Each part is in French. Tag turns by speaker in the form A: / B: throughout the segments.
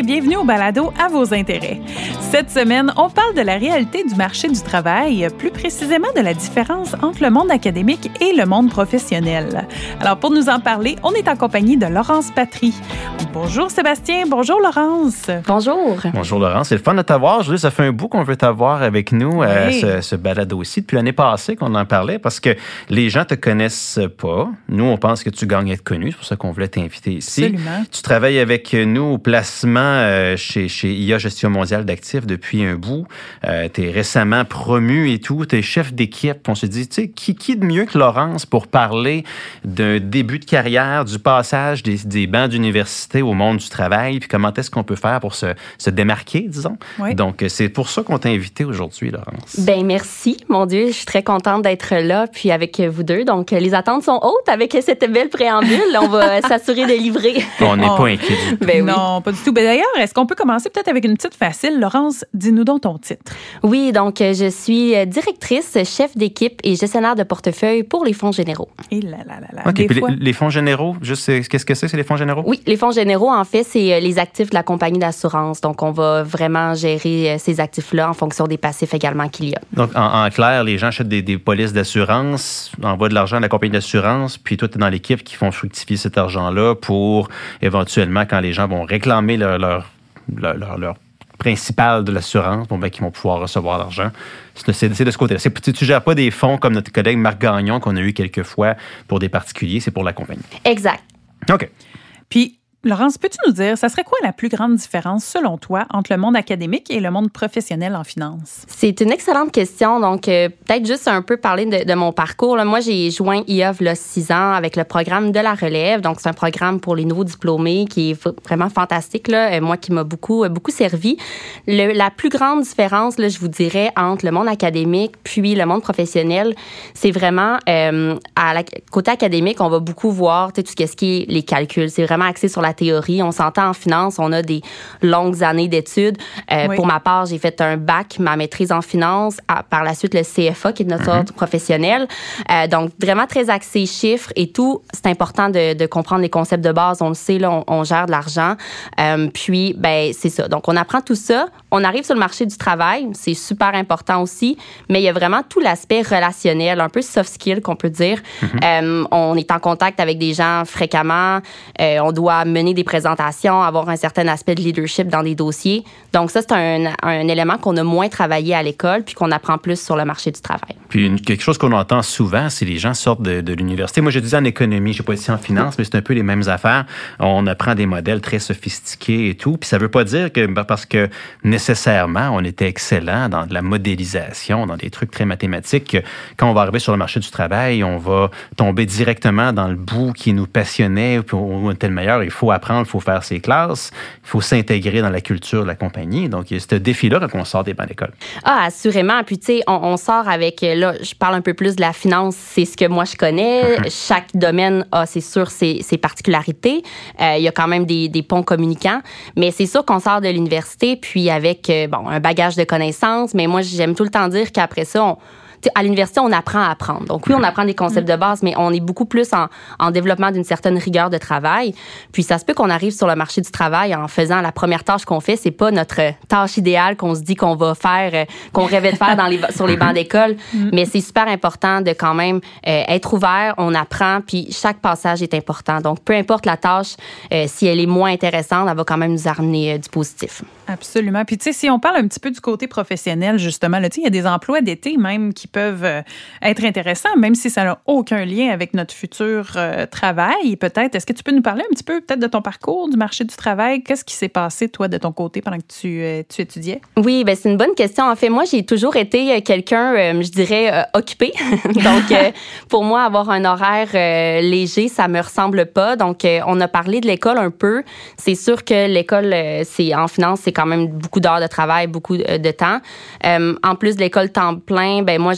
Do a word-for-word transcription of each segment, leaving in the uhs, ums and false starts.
A: et bienvenue au balado À vos intérêts. Cette semaine, on parle de la réalité du marché du travail, plus précisément de la différence entre le monde académique et le monde professionnel. Alors, pour nous en parler, on est en compagnie de Laurence Patry. Bonjour Sébastien, bonjour Laurence.
B: Bonjour.
C: Bonjour Laurence, c'est le fun de t'avoir. Julie, ça fait un bout qu'on veut t'avoir avec nous, oui. euh, ce, ce balado-ci, depuis l'année passée qu'on en parlait, parce que les gens te connaissent pas. Nous, on pense que tu gagnes à être connu, c'est pour ça qu'on voulait t'inviter ici.
A: Absolument.
C: Tu travailles avec nous au placement euh, chez, chez I A Gestion mondiale d'actifs depuis un bout. Euh, tu es récemment promu et tout, tu es chef d'équipe. On se dit, tu sais, qui, qui de mieux que Laurence pour parler d'un début de carrière, du passage des, des bancs d'université au monde du travail, puis comment est-ce qu'on peut faire pour se, se démarquer, disons. Oui. Donc, c'est pour ça qu'on t'a invité aujourd'hui, Laurence.
B: Ben merci, mon Dieu, je suis très contente d'être là, puis avec vous deux. Donc, les attentes sont hautes avec cette belle préambule. On va s'assurer de livrer.
C: On n'est oh. pas inquiet du tout.
A: Ben oui. Non, pas du tout. Ben d'ailleurs, est-ce qu'on peut commencer peut-être avec une petite facile? Laurence, dis-nous donc ton titre.
B: Oui, donc je suis directrice, chef d'équipe et gestionnaire de portefeuille pour les fonds généraux.
A: Et là, là, là, là.
C: OK, puis fois... les, les fonds généraux, juste, qu'est-ce que c'est, c'est les fonds généraux?
B: Oui, les fonds généraux, en fait, c'est les actifs de la compagnie d'assurance. Donc, on va vraiment gérer ces actifs-là en fonction des passifs également qu'il y a.
C: Donc, en, en clair, les gens achètent des, des polices d'assurance, envoient de l'argent à la compagnie d'assurance, puis toi, tu es dans l'équipe qui font fructifier cet argent-là pour, éventuellement, quand les gens vont réclamer leur, leur, leur, leur, leur principal de l'assurance, bon, ben, qu'ils vont pouvoir recevoir l'argent. C'est, c'est, c'est de ce côté-là. C'est, tu ne gères pas des fonds comme notre collègue Marc Gagnon qu'on a eu quelques fois pour des particuliers, c'est pour la compagnie.
B: Exact.
C: OK.
A: Puis, Laurence, peux-tu nous dire, ça serait quoi la plus grande différence, selon toi, entre le monde académique et le monde professionnel en finance?
B: C'est une excellente question. Donc, euh, peut-être juste un peu parler de, de mon parcours. Là, moi, j'ai joint I A il y a six ans avec le programme de la relève. Donc, c'est un programme pour les nouveaux diplômés qui est vraiment fantastique, là. Euh, moi, qui m'a beaucoup, beaucoup servi. Le, la plus grande différence, là, je vous dirais, entre le monde académique puis le monde professionnel, c'est vraiment, euh, à la, côté académique, on va beaucoup voir tout ce qui est les calculs. C'est vraiment axé sur la théorie. On s'entend en finance, on a des longues années d'études. Euh, oui. Pour ma part, j'ai fait un bac, ma maîtrise en finance, à, par la suite le C F A, qui est notre ordre mm-hmm. professionnel. Euh, donc, vraiment très axé chiffres et tout. C'est important de, de comprendre les concepts de base. On le sait, là, on, on gère de l'argent. Euh, puis, ben c'est ça. Donc, on apprend tout ça. On arrive sur le marché du travail. C'est super important aussi. Mais il y a vraiment tout l'aspect relationnel, un peu soft skill qu'on peut dire. Mm-hmm. Euh, on est en contact avec des gens fréquemment. Euh, on doit mener des présentations, avoir un certain aspect de leadership dans des dossiers. Donc ça, c'est un, un élément qu'on a moins travaillé à l'école puis qu'on apprend plus sur le marché du travail.
C: Puis une, quelque chose qu'on entend souvent, c'est les gens sortent de, de l'université. Moi, j'ai dit en économie, je n'ai pas dit en finance, mais c'est un peu les mêmes affaires. On apprend des modèles très sophistiqués et tout. Puis ça ne veut pas dire que parce que nécessairement, on était excellent dans de la modélisation, dans des trucs très mathématiques, que quand on va arriver sur le marché du travail, on va tomber directement dans le bout qui nous passionnait, puis on était le meilleur. Il faut apprendre, il faut faire ses classes, il faut s'intégrer dans la culture de la compagnie. Donc, il y a ce défi-là quand on sort des bancs d'école.
B: Ah, assurément. Puis, tu sais, on, on sort avec, là, je parle un peu plus de la finance, c'est ce que moi, je connais. Mm-hmm. Chaque domaine a, c'est sûr, ses, ses particularités. Euh, il y a quand même des, des ponts communicants. Mais c'est sûr qu'on sort de l'université, puis avec, euh, bon, un bagage de connaissances. Mais moi, j'aime tout le temps dire qu'après ça, on à l'université, on apprend à apprendre. Donc oui, on apprend des concepts de base, mais on est beaucoup plus en, en développement d'une certaine rigueur de travail. Puis ça se peut qu'on arrive sur le marché du travail en faisant la première tâche qu'on fait. C'est pas notre tâche idéale qu'on se dit qu'on va faire, qu'on rêvait de faire dans les, sur les bancs d'école. Mais c'est super important de quand même euh, être ouvert. On apprend, puis chaque passage est important. Donc peu importe la tâche, euh, si elle est moins intéressante, elle va quand même nous amener euh, du positif.
A: Absolument. Puis tu sais, si on parle un petit peu du côté professionnel, justement, là, tu sais, il y a des emplois d'été même qui peuvent euh, être intéressants, même si ça n'a aucun lien avec notre futur euh, travail. Peut-être, est-ce que tu peux nous parler un petit peu peut-être de ton parcours du marché du travail? Qu'est-ce qui s'est passé, toi, de ton côté pendant que tu, euh, tu étudiais?
B: Oui, bien, c'est une bonne question. En fait, moi, j'ai toujours été quelqu'un, euh, je dirais, euh, occupé. Donc, euh, pour moi, avoir un horaire euh, léger, ça me ressemble pas. Donc, euh, on a parlé de l'école un peu. C'est sûr que l'école, euh, c'est en finance, c'est quand même beaucoup d'heures de travail, beaucoup de, de temps. Euh, en plus de l'école temps plein, ben moi,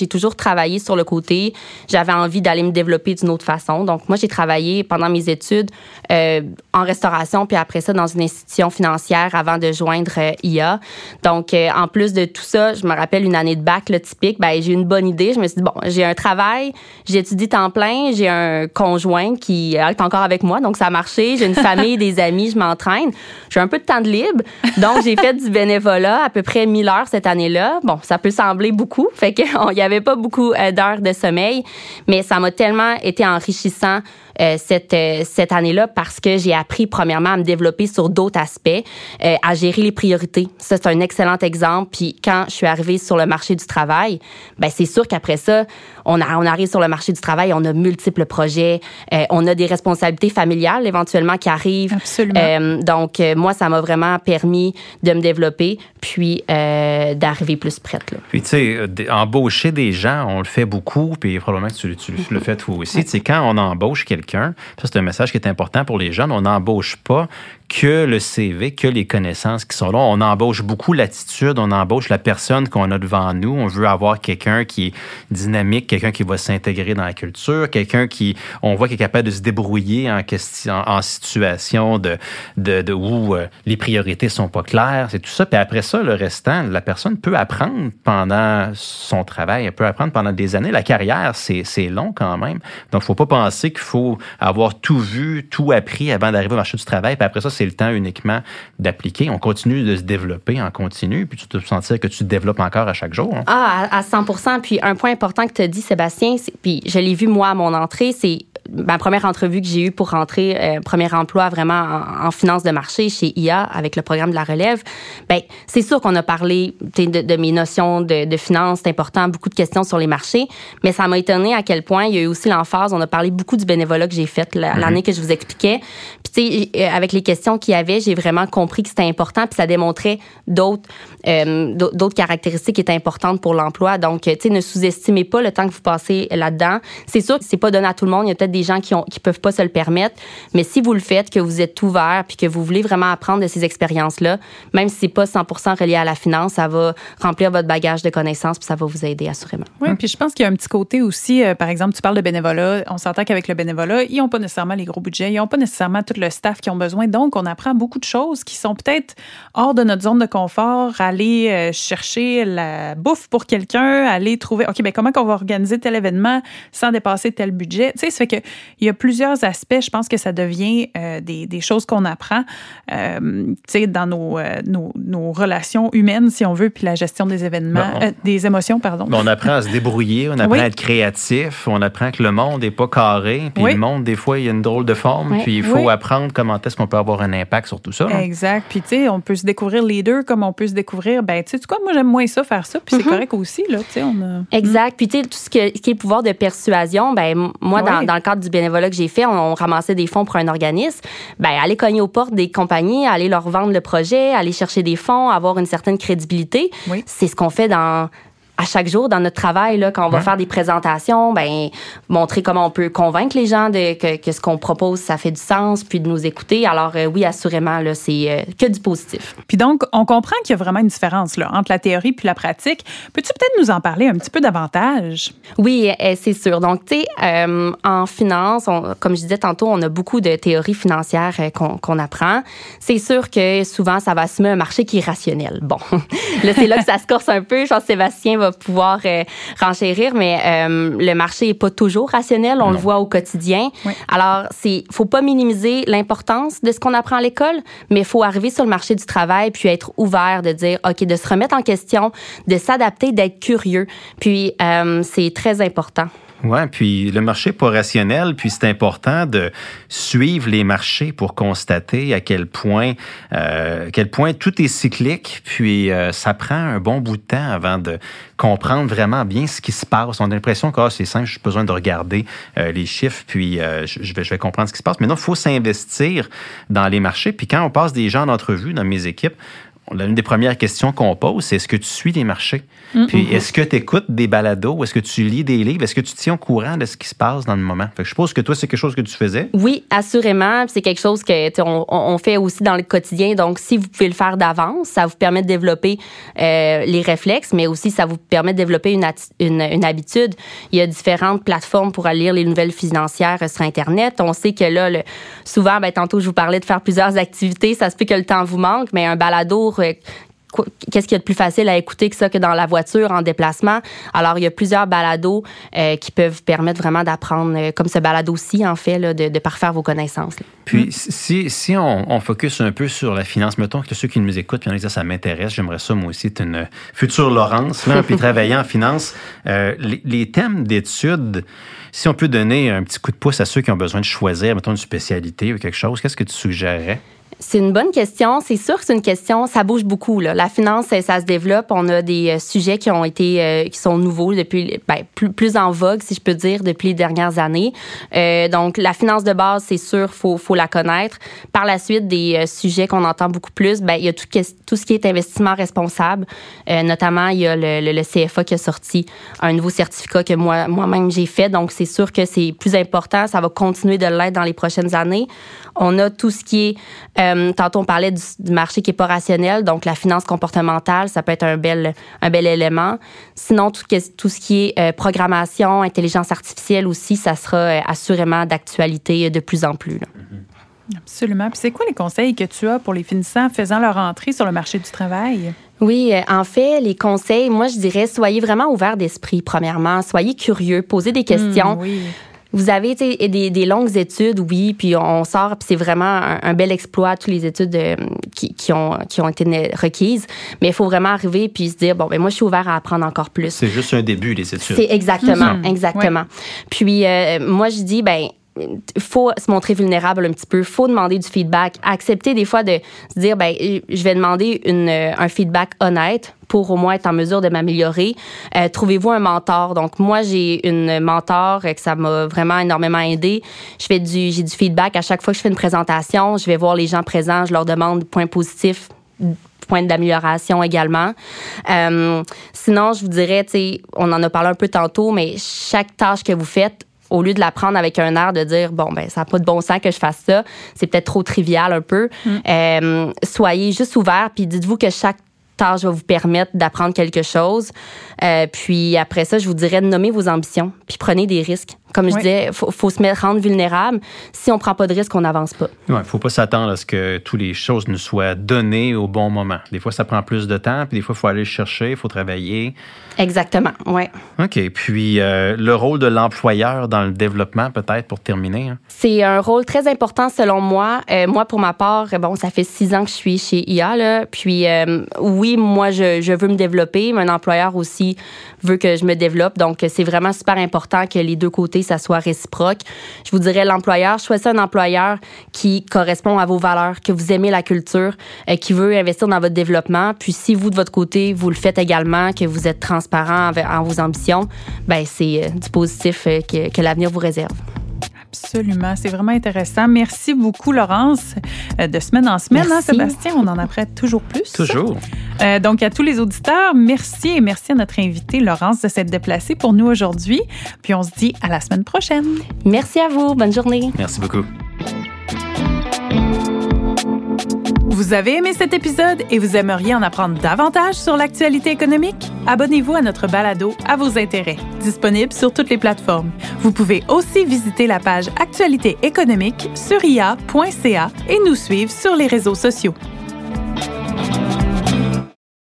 B: j'ai toujours travaillé sur le côté. J'avais envie d'aller me développer d'une autre façon. Donc, moi, j'ai travaillé pendant mes études euh, en restauration, puis après ça, dans une institution financière avant de joindre euh, I A. Donc, euh, en plus de tout ça, je me rappelle une année de bac là, typique, ben, j'ai eu une bonne idée. Je me suis dit, bon, j'ai un travail, j'étudie temps plein, j'ai un conjoint qui est encore avec moi, donc ça a marché. J'ai une famille, des amis, je m'entraîne. J'ai un peu de temps de libre, donc j'ai fait du bénévolat, à peu près mille heures cette année-là. Bon, ça peut sembler beaucoup, fait qu'il n'y avait pas beaucoup euh, d'heures de sommeil, mais ça m'a tellement été enrichissant euh, cette, euh, cette année-là parce que j'ai appris premièrement à me développer sur d'autres aspects, euh, à gérer les priorités. Ça, c'est un excellent exemple. Puis quand je suis arrivée sur le marché du travail, ben c'est sûr qu'après ça, on, a, on arrive sur le marché du travail, on a multiples projets, euh, on a des responsabilités familiales éventuellement qui arrivent.
A: Absolument.
B: Euh, donc, euh, moi, ça m'a vraiment permis de me développer puis euh, d'arriver plus prête. Là.
C: Puis, tu sais, embaucher des gens, on le fait beaucoup, puis probablement que tu, tu le fais toi aussi. Tu sais, quand on embauche quelqu'un, ça, c'est un message qui est important pour les jeunes, on n'embauche pas que le C V, que les connaissances qui sont là. On embauche beaucoup l'attitude, on embauche la personne qu'on a devant nous. On veut avoir quelqu'un qui est dynamique, quelqu'un qui va s'intégrer dans la culture, quelqu'un qui, on voit, qui est capable de se débrouiller en, question, en situation de, de, de où euh, les priorités sont pas claires. C'est tout ça. Puis après ça, le restant, la personne peut apprendre pendant son travail, elle peut apprendre pendant des années. La carrière, c'est, c'est long quand même. Donc, il ne faut pas penser qu'il faut avoir tout vu, tout appris avant d'arriver au marché du travail. Puis après ça, c'est le temps uniquement d'appliquer. On continue de se développer en continu, puis tu te sentir que tu te développes encore à chaque jour. Hein?
B: Ah, à, à cent pour cent. Puis un point important que tu as dit, Sébastien, puis je l'ai vu moi à mon entrée, c'est ma première entrevue que j'ai eue pour rentrer, euh, premier emploi vraiment en, en finance de marché chez I A avec le programme de la relève. Bien, c'est sûr qu'on a parlé de, de mes notions de, de finance, c'est important, beaucoup de questions sur les marchés, mais ça m'a étonné à quel point il y a eu aussi l'emphase. On a parlé beaucoup du bénévolat que j'ai fait la, mm-hmm. l'année que je vous expliquais. Puis, tu sais, avec les questions qu'il y avait, j'ai vraiment compris que c'était important, puis ça démontrait d'autres, euh, d'autres caractéristiques qui étaient importantes pour l'emploi. Donc, tu sais, ne sous-estimez pas le temps que vous passez là-dedans. C'est sûr que c'est pas donné à tout le monde. Il y a peut-être des gens qui ont qui peuvent pas se le permettre, mais si vous le faites, que vous êtes ouvert puis que vous voulez vraiment apprendre de ces expériences-là, même si c'est pas cent pour cent relié à la finance, ça va remplir votre bagage de connaissances puis ça va vous aider assurément.
A: Oui, puis je pense qu'il y a un petit côté aussi, euh, par exemple, tu parles de bénévolat, on s'entend qu'avec le bénévolat, ils n'ont pas nécessairement les gros budgets, ils n'ont pas nécessairement tout le staff qu'ils ont besoin, donc on apprend beaucoup de choses qui sont peut-être hors de notre zone de confort, aller euh, chercher la bouffe pour quelqu'un, aller trouver, OK, bien comment on va organiser tel événement sans dépasser tel budget, tu sais, ça fait que il y a plusieurs aspects. Je pense que ça devient euh, des, des choses qu'on apprend euh, tu sais, dans nos, euh, nos, nos relations humaines, si on veut, puis la gestion des événements, on, euh, des émotions, pardon.
C: On apprend à se débrouiller, on apprend oui. à être créatif, on apprend que le monde n'est pas carré, puis oui. le monde, des fois, il y a une drôle de forme, oui. puis il faut oui. apprendre comment est-ce qu'on peut avoir un impact sur tout ça. Hein?
A: Exact. Puis, tu sais, on peut se découvrir les deux comme on peut se découvrir, ben tu sais, quoi, moi, j'aime moins ça, faire ça, puis mm-hmm. c'est correct aussi, là, tu sais, on a...
B: Exact. Puis, tu sais, tout ce que, qui est pouvoir de persuasion, ben moi, oui. dans, dans le cadre du bénévolat que j'ai fait, on, on ramassait des fonds pour un organisme, ben aller cogner aux portes des compagnies, aller leur vendre le projet, aller chercher des fonds, avoir une certaine crédibilité. Oui. C'est ce qu'on fait dans à chaque jour dans notre travail, là, quand on va ouais. faire des présentations, ben montrer comment on peut convaincre les gens de, que, que ce qu'on propose, ça fait du sens, puis de nous écouter. Alors euh, oui, assurément, là, c'est euh, que du positif.
A: Puis donc, on comprend qu'il y a vraiment une différence là, entre la théorie puis la pratique. Peux-tu peut-être nous en parler un petit peu davantage?
B: Oui, euh, c'est sûr. Donc, tu sais, euh, en finance, on, comme je disais tantôt, on a beaucoup de théories financières euh, qu'on, qu'on apprend. C'est sûr que souvent, ça va assumer un marché qui est rationnel. Bon, là, c'est là que ça se corse un peu. Je pense que Sébastien va pouvoir euh, renchérir, mais euh, le marché est pas toujours rationnel, on non. le voit au quotidien. Oui. Alors, c'est faut pas minimiser l'importance de ce qu'on apprend à l'école, mais il faut arriver sur le marché du travail puis être ouvert, de dire, OK, de se remettre en question, de s'adapter, d'être curieux. Puis, euh, c'est très important.
C: Oui, puis le marché n'est pas rationnel, puis c'est important de suivre les marchés pour constater à quel point, euh, à quel point tout est cyclique, puis euh, ça prend un bon bout de temps avant de comprendre vraiment bien ce qui se passe. On a l'impression que ah, c'est simple, j'ai besoin de regarder euh, les chiffres, puis euh, je, vais, je vais comprendre ce qui se passe. Mais non, il faut s'investir dans les marchés, puis quand on passe des gens en entrevue dans mes équipes, l'une des premières questions qu'on pose, c'est est-ce que tu suis les marchés? Mm-hmm. Puis est-ce que tu écoutes des balados? Est-ce que tu lis des livres? Est-ce que tu te tiens au courant de ce qui se passe dans le moment? Fait que je suppose que toi, c'est quelque chose que tu faisais?
B: Oui, assurément. C'est quelque chose que on, on fait aussi dans le quotidien. Donc, si vous pouvez le faire d'avance, ça vous permet de développer euh, les réflexes, mais aussi ça vous permet de développer une, atti- une, une habitude. Il y a différentes plateformes pour aller lire les nouvelles financières sur Internet. On sait que là, le, souvent, ben, tantôt, je vous parlais de faire plusieurs activités. Ça se peut que le temps vous manque, mais un balado, euh, qu'est-ce qu'il y a de plus facile à écouter que ça que dans la voiture, en déplacement? Alors, il y a plusieurs balados euh, qui peuvent permettre vraiment d'apprendre, euh, comme ce balado-ci, en fait, là, de, de parfaire vos connaissances. Là.
C: Puis, mmh. si, si on, on focus un peu sur la finance, mettons que ceux qui nous écoutent, puis on dit ça m'intéresse, j'aimerais ça, moi aussi, être une future Laurence, là, puis travailler en finance. Euh, les, les thèmes d'études, si on peut donner un petit coup de pouce à ceux qui ont besoin de choisir, mettons, une spécialité ou quelque chose, qu'est-ce que tu suggérerais?
B: C'est une bonne question. C'est sûr que c'est une question, ça bouge beaucoup, là. La finance, ça, ça se développe. On a des euh, sujets qui ont été, euh, qui sont nouveaux depuis, ben, plus, plus en vogue, si je peux dire, depuis les dernières années. Euh, donc, la finance de base, c'est sûr, faut, faut la connaître. Par la suite, des euh, sujets qu'on entend beaucoup plus, ben, il y a tout, tout ce qui est investissement responsable. Euh, notamment, il y a le, le, le C F A qui a sorti un nouveau certificat que moi, moi-même, j'ai fait. Donc, c'est sûr que c'est plus important. Ça va continuer de l'être dans les prochaines années. On a tout ce qui est, euh, tantôt on parlait du, du marché qui n'est pas rationnel, donc la finance comportementale, ça peut être un bel, un bel élément. Sinon, tout, tout ce qui est euh, programmation, intelligence artificielle aussi, ça sera euh, assurément d'actualité de plus en plus. Là.
A: Absolument. Puis c'est quoi les conseils que tu as pour les finissants faisant leur entrée sur le marché du travail?
B: Oui, en fait, les conseils, moi, je dirais, soyez vraiment ouverts d'esprit, premièrement. Soyez curieux, posez des questions.
A: Mmh, oui.
B: Vous avez des, des longues études, oui, puis on sort, puis c'est vraiment un, un bel exploit, toutes les études euh, qui, qui, ont, qui ont été requises. Mais il faut vraiment arriver puis se dire, bon, ben moi, je suis ouvert à apprendre encore plus.
C: C'est juste un début, les études.
B: C'est exactement,
A: mmh.
B: exactement.
A: Oui.
B: Puis euh, moi, je dis, ben il faut se montrer vulnérable un petit peu, il faut demander du feedback, accepter des fois de se dire, ben je vais demander une, un feedback honnête pour au moins être en mesure de m'améliorer. Euh, trouvez-vous un mentor. Donc, moi, j'ai une mentor que ça m'a vraiment énormément aidé. Je fais du, j'ai du feedback à chaque fois que je fais une présentation. Je vais voir les gens présents, je leur demande des points positifs, points d'amélioration également. Euh, sinon, je vous dirais, tu sais, on en a parlé un peu tantôt, mais chaque tâche que vous faites, au lieu de la prendre avec un air de dire, bon, ben ça n'a pas de bon sens que je fasse ça, c'est peut-être trop trivial un peu. Mm. Euh, soyez juste ouverts, puis dites-vous que chaque tâche va vous permettre d'apprendre quelque chose. Euh, puis après ça, je vous dirais de nommer vos ambitions, puis prenez des risques. Comme je oui. disais, il faut, faut se mettre, rendre vulnérable. Si on ne prend pas de risque, on n'avance pas.
C: Il ne faut pas s'attendre à ce que toutes les choses nous soient données au bon moment. Des fois, ça prend plus de temps, puis des fois, il faut aller le chercher, il faut travailler.
B: Exactement, oui.
C: OK. Puis, euh, le rôle de l'employeur dans le développement, peut-être, pour terminer? Hein?
B: C'est un rôle très important, selon moi. Euh, moi, pour ma part, bon, ça fait six ans que je suis chez I A, là. Puis, euh, oui, moi, je, je veux me développer, mais un employeur aussi veut que je me développe. Donc, c'est vraiment super important que les deux côtés, ça soit réciproque. Je vous dirais, l'employeur, choisissez un employeur qui correspond à vos valeurs, que vous aimez la culture, euh, qui veut investir dans votre développement. Puis, si vous, de votre côté, vous le faites également, que vous êtes transparent en, en vos ambitions, ben c'est euh, du positif euh, que, que l'avenir vous réserve.
A: Absolument. C'est vraiment intéressant. Merci beaucoup, Laurence. De semaine en semaine, hein, Sébastien, on en apprend toujours plus.
C: Toujours.
A: Euh, donc, à tous les auditeurs, merci et merci à notre invitée, Laurence, de s'être déplacée pour nous aujourd'hui. Puis, on se dit à la semaine prochaine.
B: Merci à vous. Bonne journée.
C: Merci beaucoup.
A: Vous avez aimé cet épisode et vous aimeriez en apprendre davantage sur l'actualité économique? Abonnez-vous à notre balado À vos intérêts, disponible sur toutes les plateformes. Vous pouvez aussi visiter la page Actualité économique sur i a point c a et nous suivre sur les réseaux sociaux.